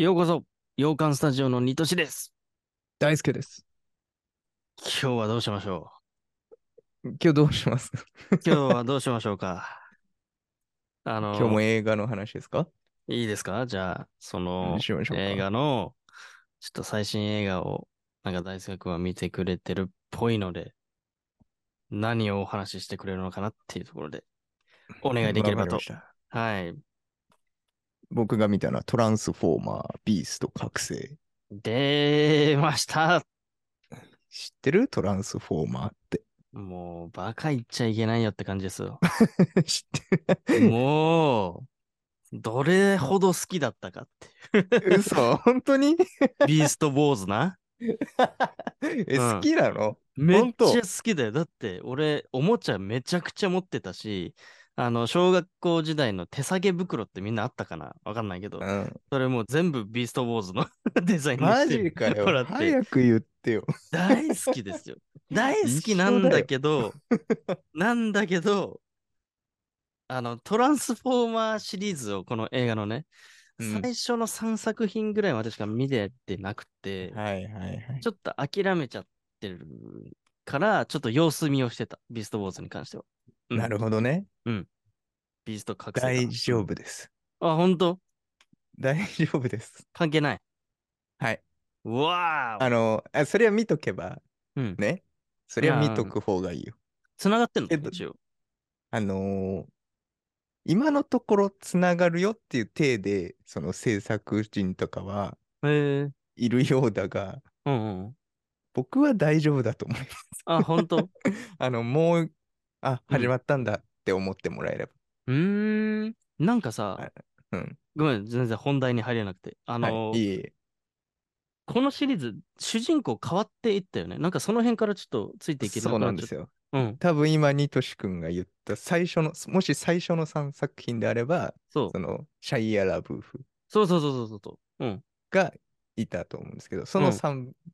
ようこそ、洋館スタジオのニトシです。 大輔です。 今日はどうしましょ今日どうします？ う。今日はどうしましょうか。あ今日もの、 映画の話ですか？ いいですか？じゃあ、そのしましょう映か。 画の、ちょっと最新映画を、大輔君は見てくれてるっぽいので、何をお話ししてくれるのかなっていうところで、お願いできわればと。 かりました。 はい。 僕が見たのはトランスフォーマー、ビースト覚醒。 出ました。 知ってるトランスフォーマーって。 もう、バカ言っちゃいけないよって感じですよ。 知ってる？ もう、どれほど好きだったかっていう。 嘘本当に？ ビースト坊主な。 好うん。 きなの？ めっちゃ本当？ 好きだよ。だって、俺、おもちゃめちゃくちゃ持ってたし、小学校時代の手提げ袋ってみんなあったかなわかんないけど、 うん。 それもう全部ビーストウォーズのデザインにしマてジかよ。 もらって、 早く言ってよ。 大好きですよ。大好一きなんだ緒だよ。 けど、なんだけど、トランスフォーマーシリーズをこの映画のね、 うん。 最初の3作品ぐらいまでしか見れてなくて、 はいはいはい。 ちょっと諦めちゃってるから、ちょっと様子見をしてた。ビーストウォーズに関しては。うん。 なるほどね。 うん。ビースト覚醒かな。う大丈ん。 夫です。 あ、本当？ 大丈夫です。 関係ない。 はい。 うわーお。 それは見とけば、 うん。 ね。それは見あー、 とく方がいいよ。 繋がってんのけど、 一応。 あのー今のところつながるよっていう体で、その制作人とかはへえ。 いるようだが、 うんうん。 僕は大丈夫だと思います。 あ、本当？ もう、始うん。 まったんだって思ってもらえれば。 うーん。なんかさ、 あ、うん。 ごめん、全然本題に入れなくて。 はい。いえいえ。 このシリーズ、主人公変わっていったよね。なんかその辺からちょっとついていけなそうくなっちゃった。 なんですよ。 うん。 多分今、ニトシ君が言った最初の、もし最初の3作品であれば、 そう。 その、シャイア・ラブーフそうそうそうそうそう。うん。 がいたと思うんですけど、そのうん。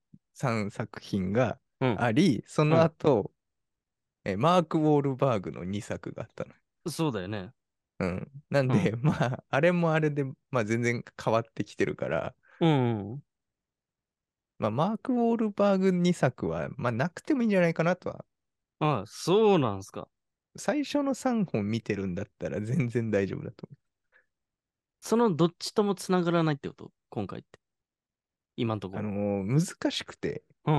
3作品がうん。 あり、そのうん。 後、マーク・ウォールバーグの2作があったのよ。 そうだよね。 うん。なんうん。 で、まあ、あれもあれで、まあ全然変わってきてるから、 うん。 まあ、マーク・ウォールバーグ2作は、まあなくてもいいんじゃないかなとは。 あ、そうなんすか。 最初の3本見てるんだったら全然大丈夫だと思そのどっちとも繋がらないってこと今回って。今んとう。 こ。 難しくて、 うん。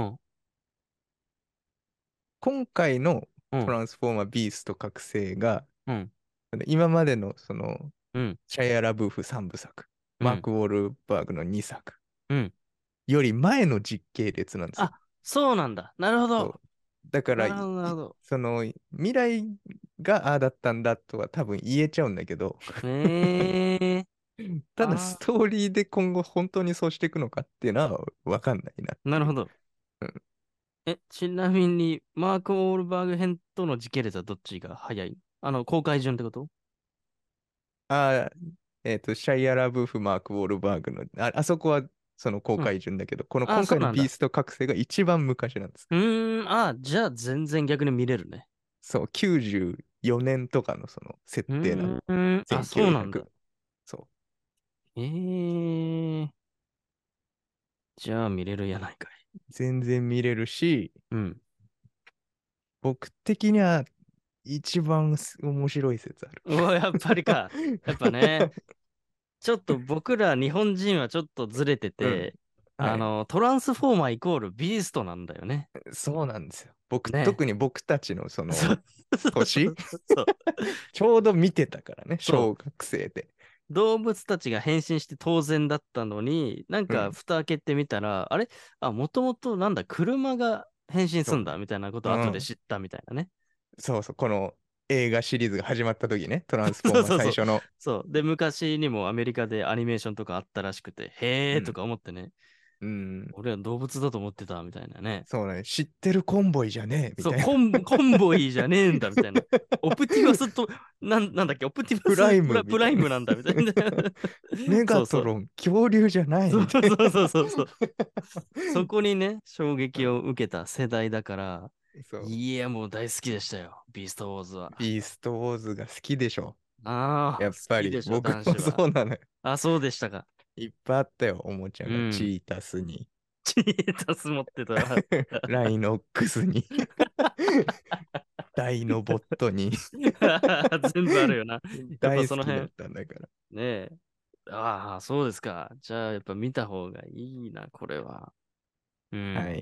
今回のうん。 トランスフォーマー・ビースト覚醒が、 うん。 今までのそのうん。 シャイア・ラブーフ3部作、 うん。 マーク・ウォールバーグの2作うん。 より前の実系列なんですよ。 あ、そうなんだ。なるほど。 そうだから、 なるほど、なるほど。 その未来がああだったんだとは多分言えちゃうんだけど、 ええー。 ただスあトーリーで今後本当にそうしていくのかっていうのは分かんないなっー、なていう。 るほど。 うん、 ちなみに、マーク・ウォールバーグ編との時系列はどっちが早い？公開順ってこと？ あシャイア・ラブーフ、マーク・ウォールバーグの、あそこはその公うん。 開順だけど、このあ、 今回のそうなんだ。 ビースト覚醒が一番昔なんです。 うーん、あ、じゃあ全然逆に見れるね。 そう、94年とかのその設う定なの。 ーん、あ、そうなんだ。 1900。そう。 ええー。じゃあ見れるやないかい。 全然見れるし、 うん。 僕的には一番面白い説ある。 うわ、やっぱりか。やっぱね、ちょっと僕ら日本人はちょっとずれてうん。 て、 はい。 トランスフォーマーイコールビーストなんだよね。 そうなんですよ。 ね。 特に僕たちのそのそうそうそ年、 うそう。 ちょうど見てたからね、 そう。 小学生で。 動物たちが変身して当然だったのに、なんうん。 か蓋開けてみたら、あれ、もともとなんだ、車が変身すそう。 んだみたいなことを後でうん。 知ったみたいなね。 そうそう。この映画シリーズが始まった時ね、トランスフォーマーそうそうそう。 最初の。 そう。で、昔にもアメリカでアニメーションとかあったらしくて、へーとうん。 か思ってね、 うん。 俺は動物だと思ってたみたいなね。 そうね。知ってるコンボイじゃねえ、みそう、 たいな。 コンボイじゃねえんだみたいな。オプティバスと、なんだっけ、オプティバプライムスプみたいな。 ライムなんだみたいな。 メそうそう。 ガトロン、恐竜じゃないそうみたいそうそうそうそう。そな。 こにね、衝撃うんを受けた世代だから、 そう。 いや、もう大好きでしたよ。ビーストウォーズは。 ビーストウォーズが好きでしょ。 ああ、好やっぱり。 きでしょ、 僕も男子は。 そうなのよ。 あ、そうでしたか。 いっぱいあったよ、おもちゃが。チうん。 ータスに、 チータス持ってた。 ライノックスに、ダイノボットに全部あるよな。やっぱ大好きだっその辺、 たんだから。 ねえ。ああ、そうですか。じゃあ、やっぱ見た方がいいな、これは。うん。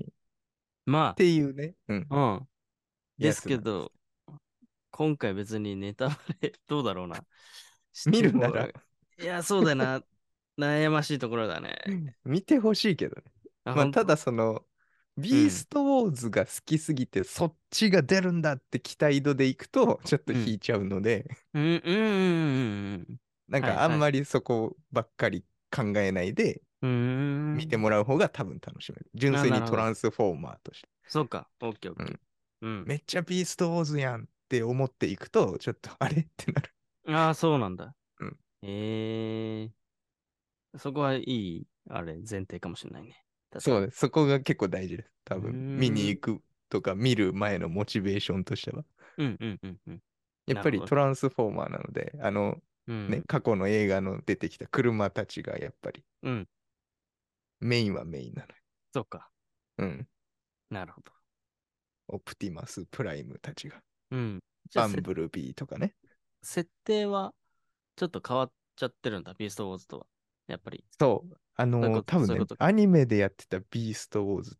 はい。っまていうね、うん、 あ、うん。ですやつけど、 なんです。 今回別にネタバレ、どうだろうな。しても、 見るならいや、そうだな。悩ましいところだね。 見てほしいけどね。 あ、 まあ、ただ本当？ ビースうん。 トウォーズが好きすぎて、そっちが出るんだって期待度でいくと、ちょっとうん。 引いちゃうので、 うん、うん、うん、うん。 なんはい、はい。 かあんまりそこばっかり考えないでうーん。 見てもらう方が多分楽しめる。純あ、 粋になるほど。 トランスフォーマーとして。 そうか。オッケー、オッケー。 うん。 うん。 めっちゃビーストウォーズやんって思っていくと、ちょっとあれってなる。 ああ、そうなんだ。 うん。 ええ、そこはいい、あれ、前提かもしれないね。確かに。 そうです。そこが結構大事です。 うー多分、見に行ん。 くとか見る前のモチベーションとしては。 うん、うん、うん、うん。 やっぱりトなるほどね。 ランスフォーマーなので、ね、 うん。 過去の映画の出てきた車たちがやっぱりうん。 メインはメインなのよ。 そうか。 うん。 なるほど。 オプティマスプライムたちが。 うん。じゃあ、 バンブルビーとかね。 設定はちょっと変わっちゃってるんだ。ビーストウォーズとは。やっぱり。 そう。 そういうこと、 多分ね、 そういうことか。 アニメでやってたビーストウォーズって、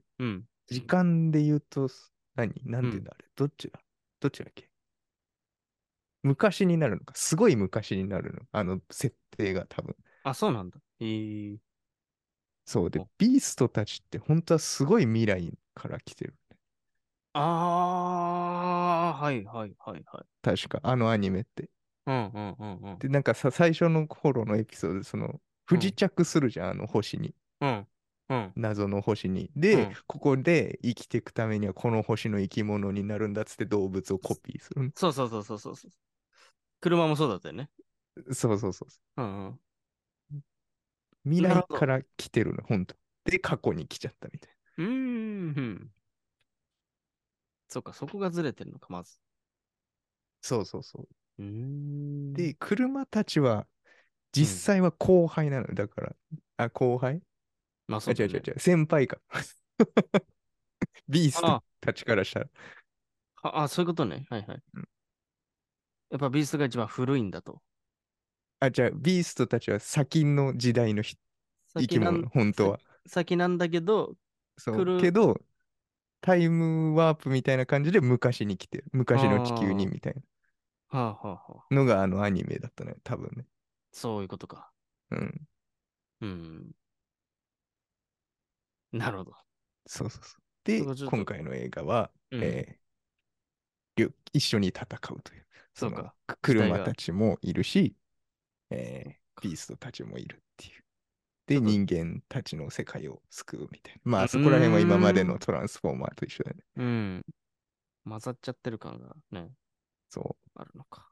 うん。 時間で言うと、なうん。 んでだあれどっちだっけ？昔になるのか。すごい昔になるの。設定が多分。 あ、そうなんだ。ええ、 そうで、 お、 ビーストたちって本当はすごい未来から来てる。 ああ、はいはいはいはい。 確か、あのアニメって。 うんうんうんうん。 で、なんか最初の頃のエピソードで、不時うん着するじゃん、あの星に。 うんうん謎の星に。で、 うん。 ここで生きていくためにはこの星の生き物になるんだっつって動物をコピーするの。 そうそうそうそうそうそう。車もそうだったよね。 そうそうそう。 うんうん。 未なるほど。 来から来てるの、本当。で、過去に来ちゃったみたいうーん。うん、そっか、そこがずれてるのか、まず。 そうそうそう。 うーん。 で、車たちは実うん。 際は後輩なのよ。だから、後輩まああ、 そうだよね。 違う違う違う、先輩か。ビーストあたちからしたら。 そういうことね。はいはい。 うん。 やっぱビーストが一番古いんだと。 あ、じゃあ、ビーストたちは先の時代の生き物、本当は。 先なんだけど、 そう。 来る、 けど、タイムワープみたいな感じで昔に来てる。 あ昔の地球にあ、 みたいはあはあはあ。 なのがあのアニメだったね。多分ね。 そういうことか。 うん。 うん。なるほど。 そうそうそう。で、 そこちょっと、 今回の映画は、 うん。 一緒に戦うという。 そうか。 車たちもいるし、ビーストたちもいるっていう。で、 ちょっと、 人間たちの世界を救うみたいな。まうあ、そこら辺は今までのーん。 トランスフォーマーと一緒だね。 うん。混ざっちゃってる感がね、 そあるのか。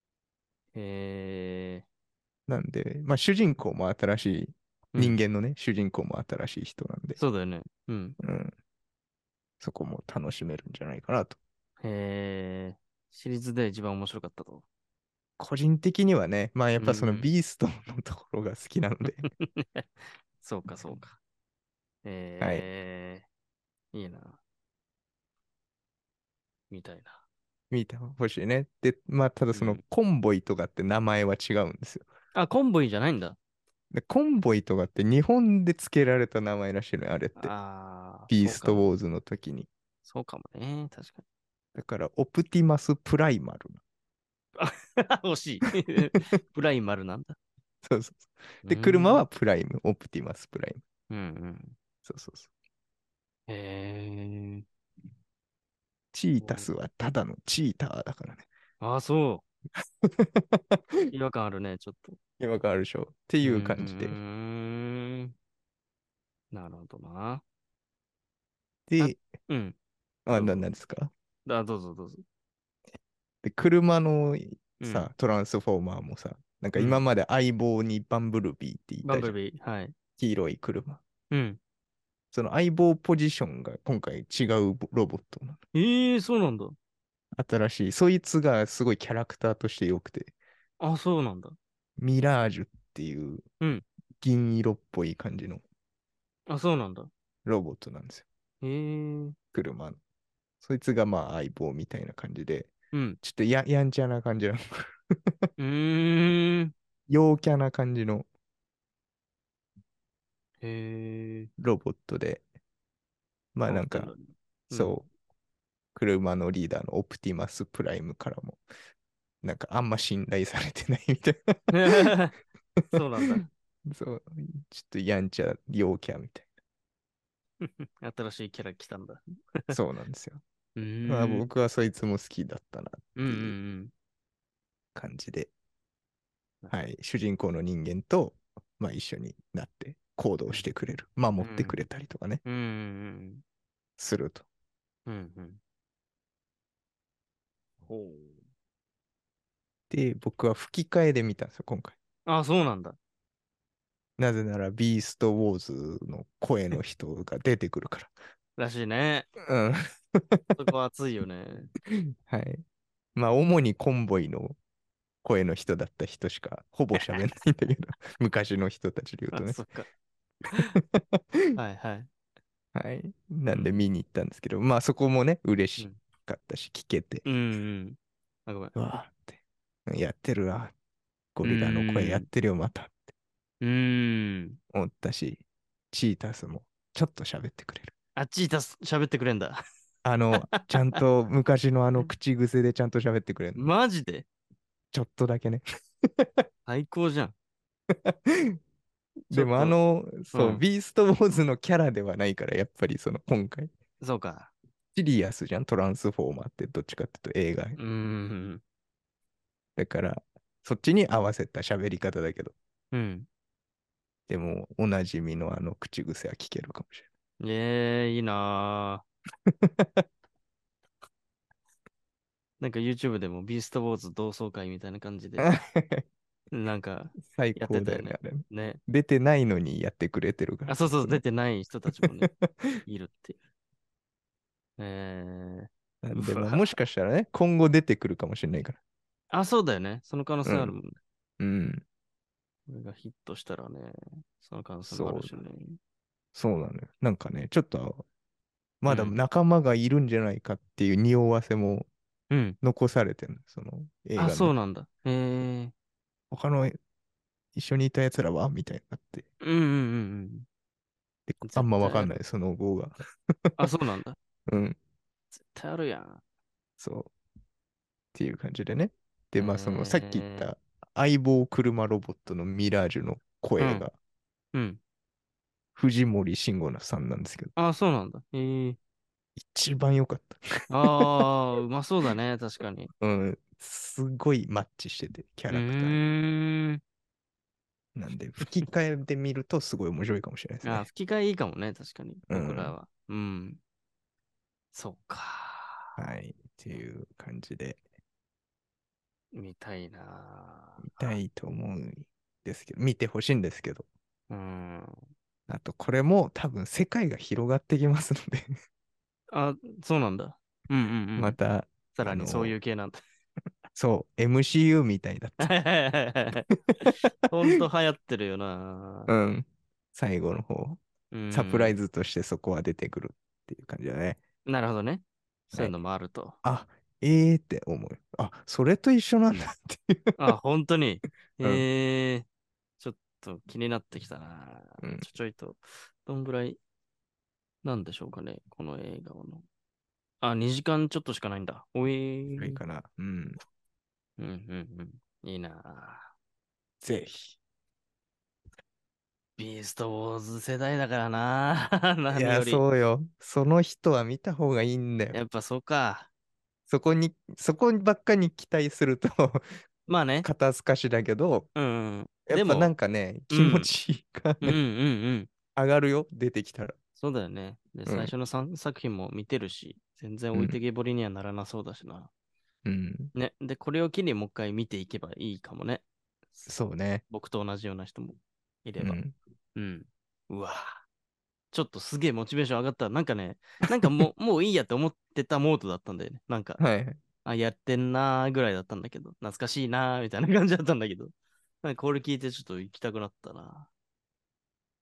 へえ。 う。なんで、まあ、主人公も新しい、 うん。 人間のね、主人公も新しい人なんで、 そうだよね。うん。 うん、そこも楽しめるんじゃないかなと。 へえ。シリーズで一番面白かったと。 個人的にはね、まあ、やっぱそのうん。 ビーストのところが好きなので、 そうか、そうか。 はい。 へえ。いいな。みたいな。 見てほしいね。で、まあ、ただそのうん。 コンボイとかって名前は違うんですよ。 あ、コンボイじゃないんだ。 で、コンボイとかって日本で付けられた名前らしいのよ、あれって。 ああ、 ビースそうかも。 トウォーズの時に。 そうかもね。確かに。 だから、オプティマスプライマルな。 惜しい。プライマルなんだ。 そうそうそう。 うーで、車ん。 はプライム、オプティマスプライム。 うんうん。 そうそうそう。 へえ。 チータスはただのチーターだからね。 ああ、そう。違和感あるね、ちょっと。 今からあるでしょってういう感じで。 ーん。なるほどな。あ、 で、 うん。どうぞ。 なんですか？ どうぞどうぞ。 で、車のうん。 さ、トランスフォーマーもさ、なんかうん。 今まで相棒にバンブルビーって言ったじゃん。 バンブルビー。はい。 黄色い車。 うん。 その相棒ポジションが今回違うロボットなの。 ええー、そうなんだ。 新しい。そいつがすごいキャラクターとして良くて、 あ、そうなんだ。 ミラージュっていううん。 銀色っぽい感じのあ、そうなんだ。 ロボットなんですよ。 へえ。 車の。そいつがまあ相棒みたいな感じで、 うん。 ちょっとやんちゃな感じの、 うーん。 陽キャな感じのへえ。 ロボットで、まあ変わなんか、 ってんだね。うん。 そう、車のリーダーのオプティマスプライムからも、なんかあんま信頼されてないみたいな。 そうなんだ。 そう、ちょっとやんちゃ陽キャみたい新しいキャラ来たんだ。 な。そうなんですよ。 うまあーん。 僕はそいつも好きだったなっうんうていうん感じで、 うん。 はい、主人公の人間と、まあ、一緒になって行動してくれる、守うん。 ってくれたりとかね、 うん。 すると。 うんうん。ほで、僕は吹き替えで見たんですよ、今回。 う。あ、そうなんだ。 なぜなら、ビーストウォーズの声の人が出てくるからしいね。 ら。うん。 そこ熱いよね。 はい。まあ、主にコンボイの声の人だった人しかほぼ喋んないんだけど、昔の人たちで言うとあ、 ね。 そっか。はいはい。 はい。なんでうん。 見に行ったんですけど、まあそこもね、嬉しうん。 かったし、聞けて、 うんうん。あ、ごめん。 うわーって、やってるわ。ゴうリラの声やーん。 ってるよ、またってうーん。 思ったし、チータスもちょっと喋ってくれる。 あっちいたす、喋ってくれんだ。 ちゃんと昔の口癖でちゃんと喋ってくれるの。 マジでちょっとだけね。 最高じゃん。 でもちょっと、 そう、 うん。 ビーストウォーズのキャラではないから、やっぱりその今回、 そうか。 シリアスじゃん、トランスフォーマーってどっちかっていうと映画。 うーん。 だから、そっちに合わせた喋り方だけど、 うん。 でもおなじみの口癖は聞けるかもしいいなぁ。なんか YouTube でもビーストウォーズ同窓会みたいな感じで、 れない。 なんか最やって高だよね、 たよね。 あれね。 ね。 出てないのにやってくれてるかあ、 ら、 そうそう、 その出てない人たちもね、いるっていう。えなんで、まあ、もしうわ。 かしたらね、今後出てくるかもしれないから。 あ、そうだよね。その可能うん。 性あるもんね。 うん。 これがヒットしたらね、その可能性もあるそう、 しね。 そうなのよ。なんかね、ちょっと、まだうん。 仲間がいるんじゃないかっていう匂わせもうん。 残されてるの、その映あ、 画の中。 そうなんだ。 他の一緒にいた奴らはみたいになって。 うんうんうんで、 うん。 あん絶まわかんない、 対ある。 その後が。 あ、そうなんだ。 うん。 絶対あるやん。 そう。っていう感じでね。で、まあ、そのさっき言っえた相棒車ロボットのミラージュのうん。 声がうん。 藤森慎吾さんなんですけど、 あ、そうなんだ。 一番良かった。 ああ、うまそうだね。確かに。 うん、すごいマッチしてて、キャうラクターに。 ーん。 なんで、吹き替えで見るとすごい面白いかもしれないですあ、 ね。 吹き替えいいかもね。確かに。 うん。 僕らは。うん。そうか。 はい。っていう感じで見たいな見たいと思うんですけど、見てほしいんですけど、 ぁ。うん。 あとこれも多分世界が広がってきますのであ、そうなんだ。うんうんうん。 また、 さらにそういう系なんだ。 そう、MCU みたいだっつって。 ほんと流行ってるよな。 うん。最後の方、 うサプライん。 ズとしてそこは出てくるっていう感じだね。 なるほどね。そうはい。 いうのもあると。 あ、って思う。あ、それと一緒なんだっていうあ、本当に。 うん。 ちょっと気になってきたな。 うん。 ちょいと、どんぐらいなんでしょうかね。この映画の。あ、2時間ちょっとしかないんだ。 それかな。うん。 うんうんうん。いいな。 ぜひ。 ビーストウォーズ世代だからな。 いや、 何より。 そうよ。その人は見た方がいいんだよ。 やっぱそうか。 そこばっかに期待するとまあね。 肩透かしだけど、 うん。 やっぱなでも、 んかね、気持うん。 ちがうんうんね、 うん。 上がるよ。出てきたら。 そうだよね。で、 うん。 最初の3作品も見てるし、全然うん。 置いてけぼりにはならなそうだしな。 うん。 ね。で、これを機にもう一回見ていけばいいかもね。 そうね。 僕と同じような人もいれば。 うん。 うん。うわ。ちょっとすげえモチベーション上がった。なんかね、なんかもういいやって思ってたモードだったんだよね。なんか、 はいはい。 あ、やってんなーぐらいだったんだけど、懐かしいなーみたいな感じだったんだけど、なんかこれ聞いてちょっと行きたくなったな。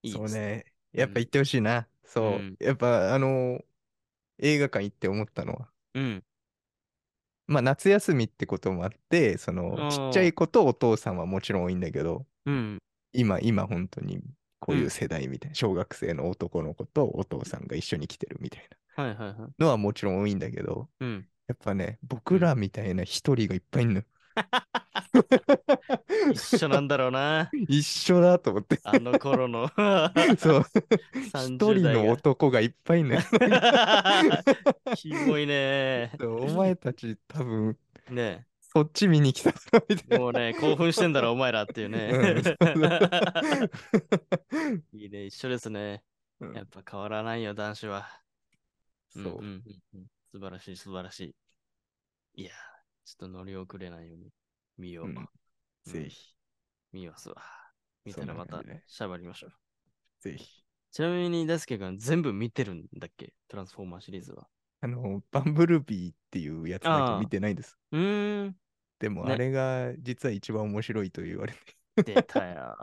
いいですね。 そうね。やっぱ行ってほしいな。 うん。 そう。やっぱ映画館行って思ったのは、 うん。 まあ夏休みってこともあって、ちっちゃおー。 い子とお父さんはもちろん多いんだけど、 うん。 今本当にこうん。 ういう世代みたいな、小学生の男の子とお父さんが一緒に来てるみたいはいはいはい。 なのはもちろん多いんだけど、 うん。 やっぱね、 うん。 僕らみたいな一人がいっぱいいるの。 一緒なんだろうな。 一緒だと思って。 あの頃のそう。一 30 人の代が。 男がいっぱいいんのよ。なんかキモいね。 そうお前たち多分、 ねそっち見に来ただろみえ。 たいもうね、興奮してんだろ、お前らっていうな。 ね。 うん、そうそうそう。 いいね、一緒ですね。 うん、 やっぱ変わらないよ、男子は。うんうんそうんうん。素晴らしい、素晴らしい。いやー、ちょっと乗り遅れないように見う。うよん、 う。うん、 ぜひ、 見ますわ。見そんたらまたな感じで。 しゃべりましょう。 ぜひ。 ちなみに、大輔君全部見てるんだっけトランスフォーマーシリーズは。 バンブルビーっていうやつだけ見ああ、 てないです。 うーん、 でも、あね、 れが実は一番面白いと言われて。 出たよ。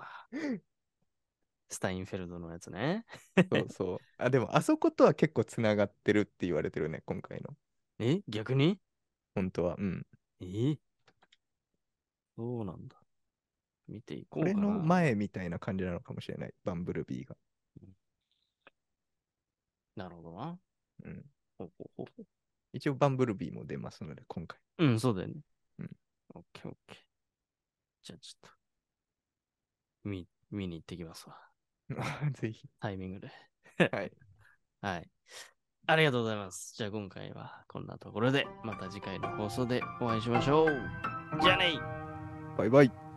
スタインフェルドのやつね。 そうそう。あ、でも、あそことは結構つながってるって言われてるね、今回の。 え逆に本当は。うん。 えそうなんだ。見ていここれのうかな。 前みたいな感じなのかもしれない。バンブルビーが。 うんなるほどな。 うん。 ほうほうほうほ一応、バンブルビーも出ますので、今回。 ううん、そうだよね。 うん。 オッケーオッケー。じゃあちょっと見に行ってきますわ。 ぜひ。 タイミングで。 はい。 はい。ありがとうございます。じゃあ今回はこんなところで、また次回の放送でお会いしましょう。じゃあねバイバイ。